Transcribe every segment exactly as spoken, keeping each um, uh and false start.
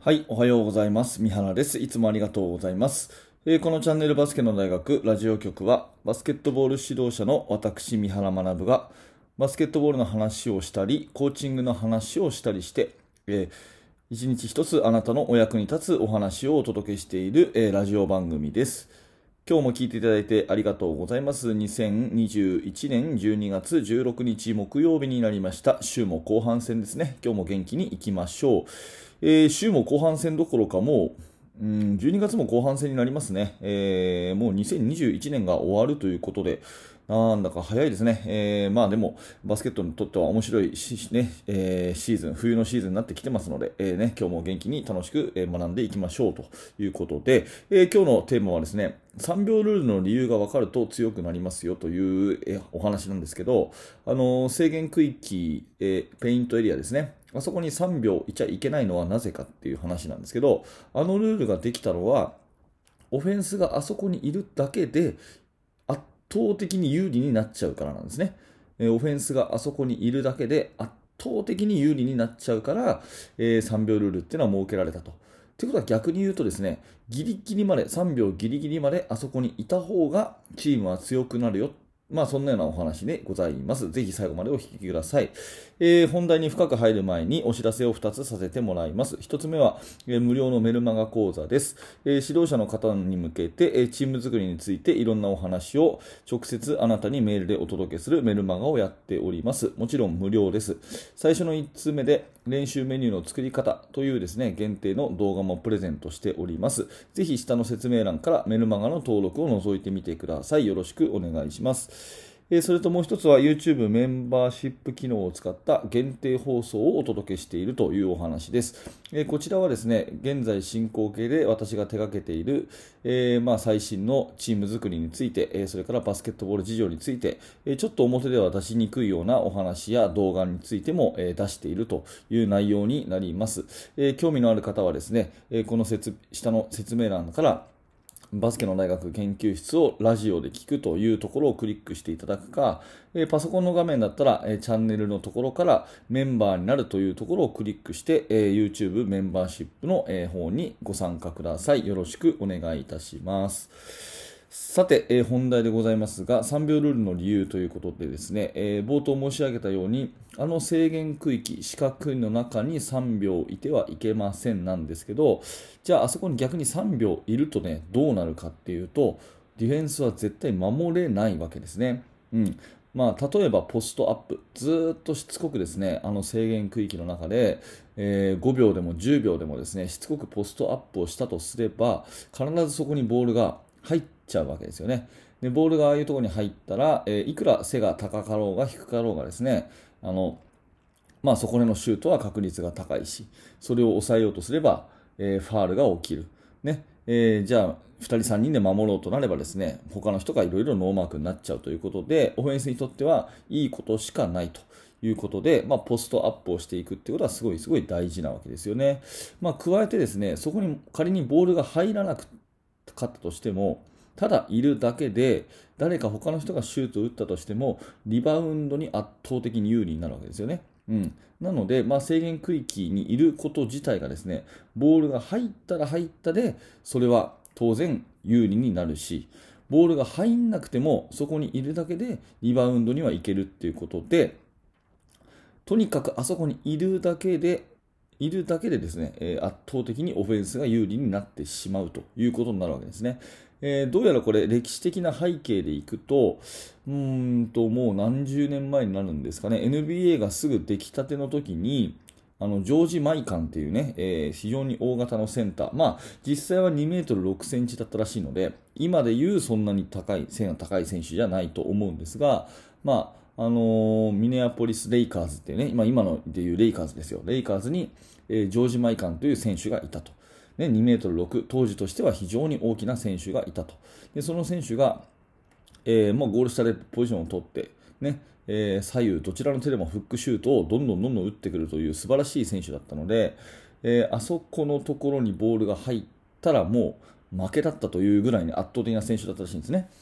はい、おはようございます。三原です。いつもありがとうございます。えーこのチャンネルバスケの大学ラジオ局は、バスケットボール指導者の私、三原学が、バスケットボールの話をしたり、コーチングの話をしたりして、えー一日一つあなたのお役に立つお話をお届けしている、えーラジオ番組です。今日も聞いていただいてありがとうございます。にせんにじゅういちねんじゅうにがつじゅうろくにち木曜日になりました。週も後半戦ですね。今日も元気に行きましょう。えー週も後半戦どころかもう、うん、じゅうにがつも後半戦になりますね。えーもうにせんにじゅういちねんが終わるということで、なんだか早いですね。えーまあでも、バスケットにとっては面白いし、ねえーシーズン、冬のシーズンになってきてますので、えーね、今日も元気に楽しくえー学んでいきましょうということで、えー今日のテーマはですね、さんびょうルールの理由が分かると強くなりますよというえーお話なんですけど、あのー制限区域、えーペイントエリアですね。あそこにさんびょういちゃいけないのはなぜかっていう話なんですけど、あのルールができたのは、オフェンスがあそこにいるだけで圧倒的に有利になっちゃうからなんですね。えーオフェンスがあそこにいるだけで圧倒的に有利になっちゃうから、えーさんびょうルールっていうのは設けられたと。ということは逆に言うとですね、ギリギリまで、さんびょうギリギリまであそこにいた方がチームは強くなるよ。まあそんなようなお話でございます。ぜひ最後までお聞きください。えー本題に深く入る前にお知らせをふたつさせてもらいます。ひとつめは、えー無料のメルマガ講座です。えー指導者の方に向けて、えーチーム作りについていろんなお話を直接あなたにメールでお届けするメルマガをやっております。もちろん無料です。最初のいっつめで練習メニューの作り方というですね、限定の動画もプレゼントしております。ぜひ下の説明欄からメルマガの登録を覗いてみてください。よろしくお願いします。えーそれともう一つは YouTube メンバーシップ機能を使った限定放送をお届けしているというお話です。えーこちらはですね、現在進行形で私が手掛けている、えーまあ、最新のチーム作りについて、えーそれからバスケットボール事情について、えーちょっと表では出しにくいようなお話や動画についても、えー出しているという内容になります。えー興味のある方はですね、えーこの説下の説明欄からバスケの大学研究室をラジオで聞くというところをクリックしていただくか、えーパソコンの画面だったら、えーチャンネルのところからメンバーになるというところをクリックして、えー YouTube メンバーシップの、えー方にご参加ください。よろしくお願いいたします。さて、えー本題でございますが、さんびょうルールの理由ということでですね、えー冒頭申し上げたように、あの制限区域、四角いの中にさんびょういてはいけませんなんですけど、じゃああそこに逆にさんびょういるとね、どうなるかっていうと、ディフェンスは絶対守れないわけですね。うん。まあ、例えばポストアップ、ずーっとしつこくですね、あの制限区域の中で、えーごびょうでもじゅうびょうでもですね、しつこくポストアップをしたとすれば、必ずそこにボールが入っちゃうわけですよね。で、ボールがああいうところに入ったら、えーいくら背が高かろうが低かろうがですね、あの、まあそこでのシュートは確率が高いし、それを抑えようとすれば、えーファールが起きる。ね。えーじゃあ、ふたりさんにんで守ろうとなればですね、他の人がいろいろノーマークになっちゃうということで、オフェンスにとってはいいことしかないということで、まあ、ポストアップをしていくっていうことはすごいすごい大事なわけですよね。まあ、加えてですね、そこに仮にボールが入らなかったとしても、ただいるだけで、誰か他の人がシュートを打ったとしても、リバウンドに圧倒的に有利になるわけですよね。うん、なので、まあ、制限区域にいること自体がですね、ボールが入ったら入ったで、それは当然有利になるし、ボールが入んなくても、そこにいるだけでリバウンドにはいけるっていうことで、とにかくあそこにいるだけで、いるだけでですね、えー圧倒的にオフェンスが有利になってしまうということになるわけですね。えーどうやらこれ歴史的な背景でいくと、うーんともう何十年前になるんですかね、エヌビーエー がすぐ出来たての時に、あのジョージ・マイカンっていうね、えー非常に大型のセンター、まあ実際はにメートルろくセンチだったらしいので、今でいうそんなに高い、背が高い選手じゃないと思うんですが、まああのーミネアポリス・レイカーズっていうね、今今のでいうレイカーズですよ、レイカーズに、えージョージ・マイカンという選手がいたと。ね、にメートルろく、当時としては非常に大きな選手がいたと。でその選手が、えーもうゴール下でポジションを取って、ねえー左右どちらの手でもフックシュートをどんどんどんどん打ってくるという素晴らしい選手だったので、えーあそこのところにボールが入ったらもう負けだったというぐらいに圧倒的な選手だったらしいんですね。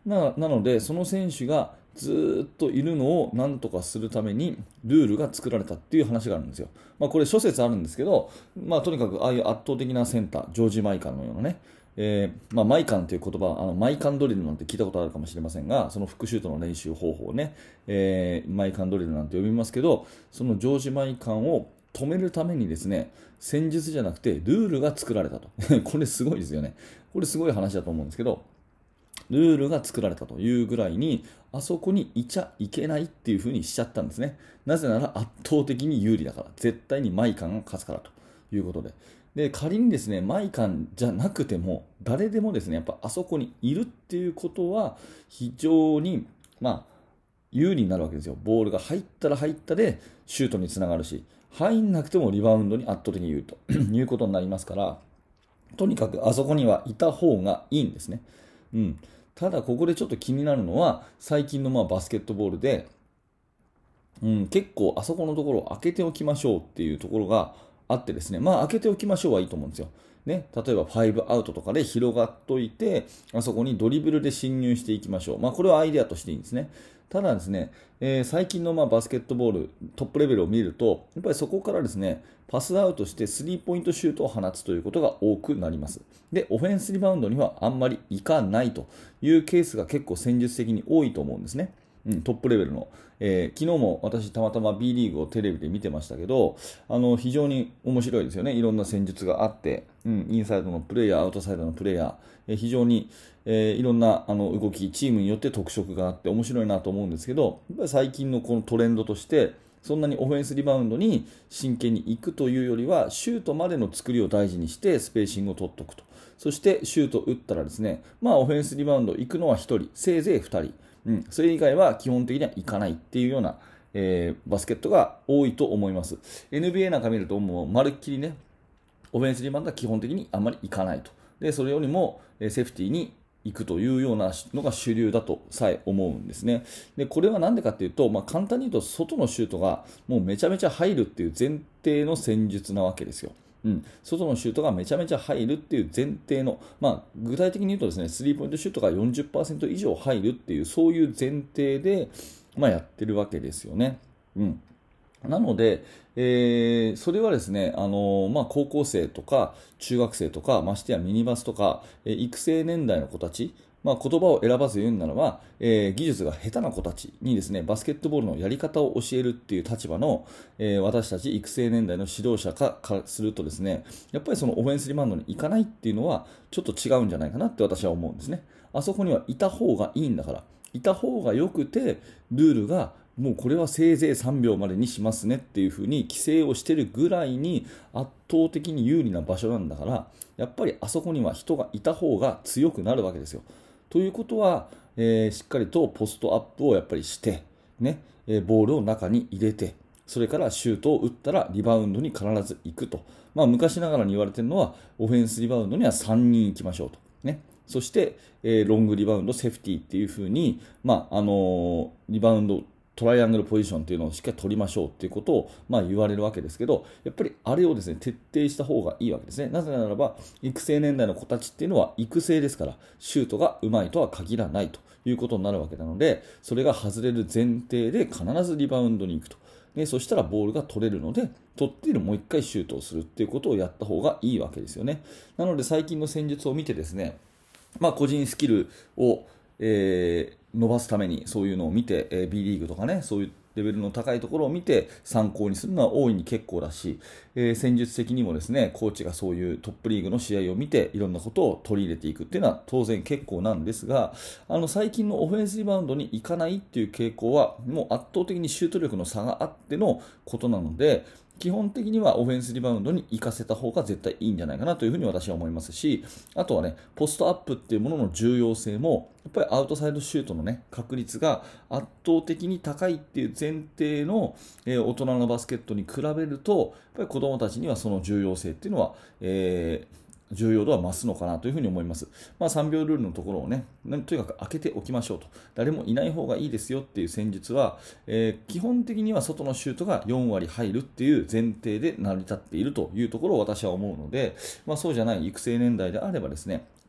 な, なのでその選手がずっといるのを何とかするためにルールが作られたっていう話があるんですよ。まあ、これ諸説あるんですけど、まあ、とにかくああいう圧倒的なセンター、ジョージ・マイカンのようなね、えーまあ、マイカンという言葉、あのマイカンドリルなんて聞いたことあるかもしれませんが、その復習との練習方法をね、えーマイカンドリルなんて呼びますけど、そのジョージ・マイカンを止めるためにですね、戦術じゃなくてルールが作られたと。これすごいですよね。これすごい話だと思うんですけど、ルールが作られたというぐらいに、あそこにいちゃいけないっていう風にしちゃったんですね。なぜなら圧倒的に有利だから、絶対にマイカンが勝つからということで。で、仮にですね、マイカンじゃなくても、誰でもですね、やっぱあそこにいるっていうことは、非常に、まあ、有利になるわけですよ。ボールが入ったら入ったで、シュートにつながるし、入んなくてもリバウンドに圧倒的に有利ということになりますから、とにかくあそこにはいた方がいいんですね。うん。ただここでちょっと気になるのは最近のまあバスケットボールで、うん、結構あそこのところを開けておきましょうっていうところがあってですね、まあ開けておきましょうはいいと思うんですよ。ね、例えばファイブアウトとかで広がっといて、あそこにドリブルで侵入していきましょう。まあこれはアイデアとしていいんですね。ただですね、えー最近のまあバスケットボールトップレベルを見ると、やっぱりそこからですね、パスアウトしてスリーポイントシュートを放つということが多くなります。で、オフェンスリバウンドにはあんまりいかないというケースが結構戦術的に多いと思うんですね。うん、トップレベルの、えー昨日も私たまたま B リーグをテレビで見てましたけど、あの非常に面白いですよね。いろんな戦術があって、うん、インサイドのプレイヤー、アウトサイドのプレイヤー、えー非常に、えーいろんなあの動き、チームによって特色があって面白いなと思うんですけど、やっぱり最近のこのトレンドとして、そんなにオフェンスリバウンドに真剣に行くというよりは、シュートまでの作りを大事にしてスペーシングを取っておくと。そしてシュートを打ったらですね、まあオフェンスリバウンド行くのはひとり、せいぜいふたり、うん、それ以外は基本的には行かないっていうような、えーバスケットが多いと思います。エヌビーエー なんか見るともうまるっきりね、オフェンスリバウンドは基本的にあまり行かないと。で、それよりもえーセーフティーに行くというようなのが主流だとさえ思うんですね。で、これは何でかっていうと、まあ、簡単に言うと外のシュートがもうめちゃめちゃ入るっていう前提の戦術なわけですよ。うん、外のシュートがめちゃめちゃ入るっていう前提の、まあ、具体的に言うとですね、スリーポイントシュートがよんじゅっパーセント以上入るっていう、そういう前提で、まあ、やってるわけですよね。うん。なので、えーそれはですね、あのまあ、高校生とか中学生とか、ましてやミニバスとか、えー育成年代の子たち、まあ、言葉を選ばず言うならば、えー技術が下手な子たちにですね、バスケットボールのやり方を教えるっていう立場の、えー私たち育成年代の指導者かからするとですね、やっぱりそのオフェンスリバウンドに行かないっていうのはちょっと違うんじゃないかなって私は思うんですね。あそこにはいた方がいいんだから、いた方がよくて、ルールがもうこれはせいぜいさんびょうまでにしますねっていうふうに規制をしてるぐらいに圧倒的に有利な場所なんだから、やっぱりあそこには人がいた方が強くなるわけですよ。ということは、えーしっかりとポストアップをやっぱりして、ね、えーボールを中に入れて、それからシュートを打ったらリバウンドに必ず行くと。まあ、昔ながらに言われているのは、オフェンスリバウンドにはさんにん行きましょうと。ね。そして、えーロングリバウンド、セーフティーっていうふうに、まああのーリバウンド、トライアングルポジションっていうのをしっかり取りましょうっていうことを、まあ、言われるわけですけど、やっぱりあれをですね、徹底した方がいいわけですね。なぜならば、育成年代の子たちっていうのは育成ですから、シュートが上手いとは限らないということになるわけなので、それが外れる前提で必ずリバウンドに行くと。でそしたらボールが取れるので、取っているもう一回シュートをするっていうことをやった方がいいわけですよね。なので最近の戦術を見てですね、まあ、個人スキルを、えー伸ばすためにそういうのを見て、えー B リーグとかね、そういうレベルの高いところを見て参考にするのは大いに結構だし、えー戦術的にもですね、コーチがそういうトップリーグの試合を見ていろんなことを取り入れていくっていうのは当然結構なんですが、あの最近のオフェンスリバウンドに行かないっていう傾向はもう圧倒的にシュート力の差があってのことなので、基本的にはオフェンスリバウンドに行かせた方が絶対いいんじゃないかなというふうに私は思いますし、あとはね、ポストアップっていうものの重要性も、やっぱりアウトサイドシュートのね、確率が圧倒的に高いっていう前提の、えー大人のバスケットに比べると、やっぱり子供たちにはその重要性っていうのは、えー重要度は増すのかなというふうに思います。まあ、さんびょうルールのところをね、とにかく開けておきましょうと。誰もいない方がいいですよっていう戦術は、えー基本的には外のシュートがよんわり入るっていう前提で成り立っているというところを私は思うので、まあ、そうじゃない育成年代であればですね、やっ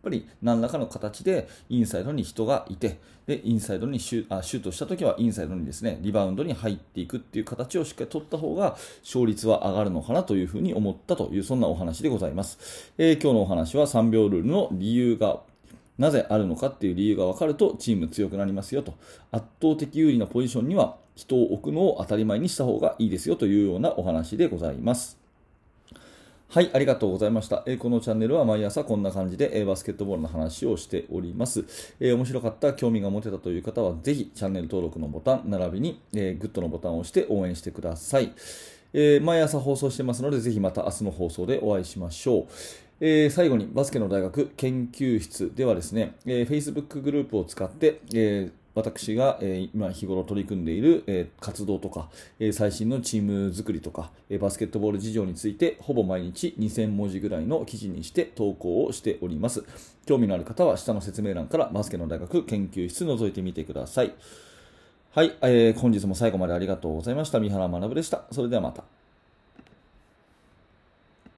ぱり何らかの形でインサイドに人がいて、でインサイドにシュあシュートしたときはインサイドにですね、リバウンドに入っていくっていう形をしっかり取った方が勝率は上がるのかなというふうに思ったという、そんなお話でございます。えー、今日のお話はさんびょうルールの理由がなぜあるのかっていう理由が分かるとチーム強くなりますよと。圧倒的有利なポジションには人を置くのを当たり前にした方がいいですよというようなお話でございます。はい、ありがとうございました。えー、このチャンネルは毎朝こんな感じで、えー、バスケットボールの話をしております。えー、面白かった、興味が持てたという方はぜひチャンネル登録のボタン並びに、えー、グッドのボタンを押して応援してください。えー、毎朝放送してますのでぜひまた明日の放送でお会いしましょう。えー、最後にバスケの大学研究室ではですね、えー、Facebook グループを使って、えー私が、えー、今日頃取り組んでいる、えー、活動とか、えー、最新のチーム作りとか、えー、バスケットボール事情についてほぼ毎日にせんもじぐらいの記事にして投稿をしております。興味のある方は下の説明欄からバスケの大学研究室覗いてみてください。はい、えー、本日も最後までありがとうございました。三原学でした。それではまた。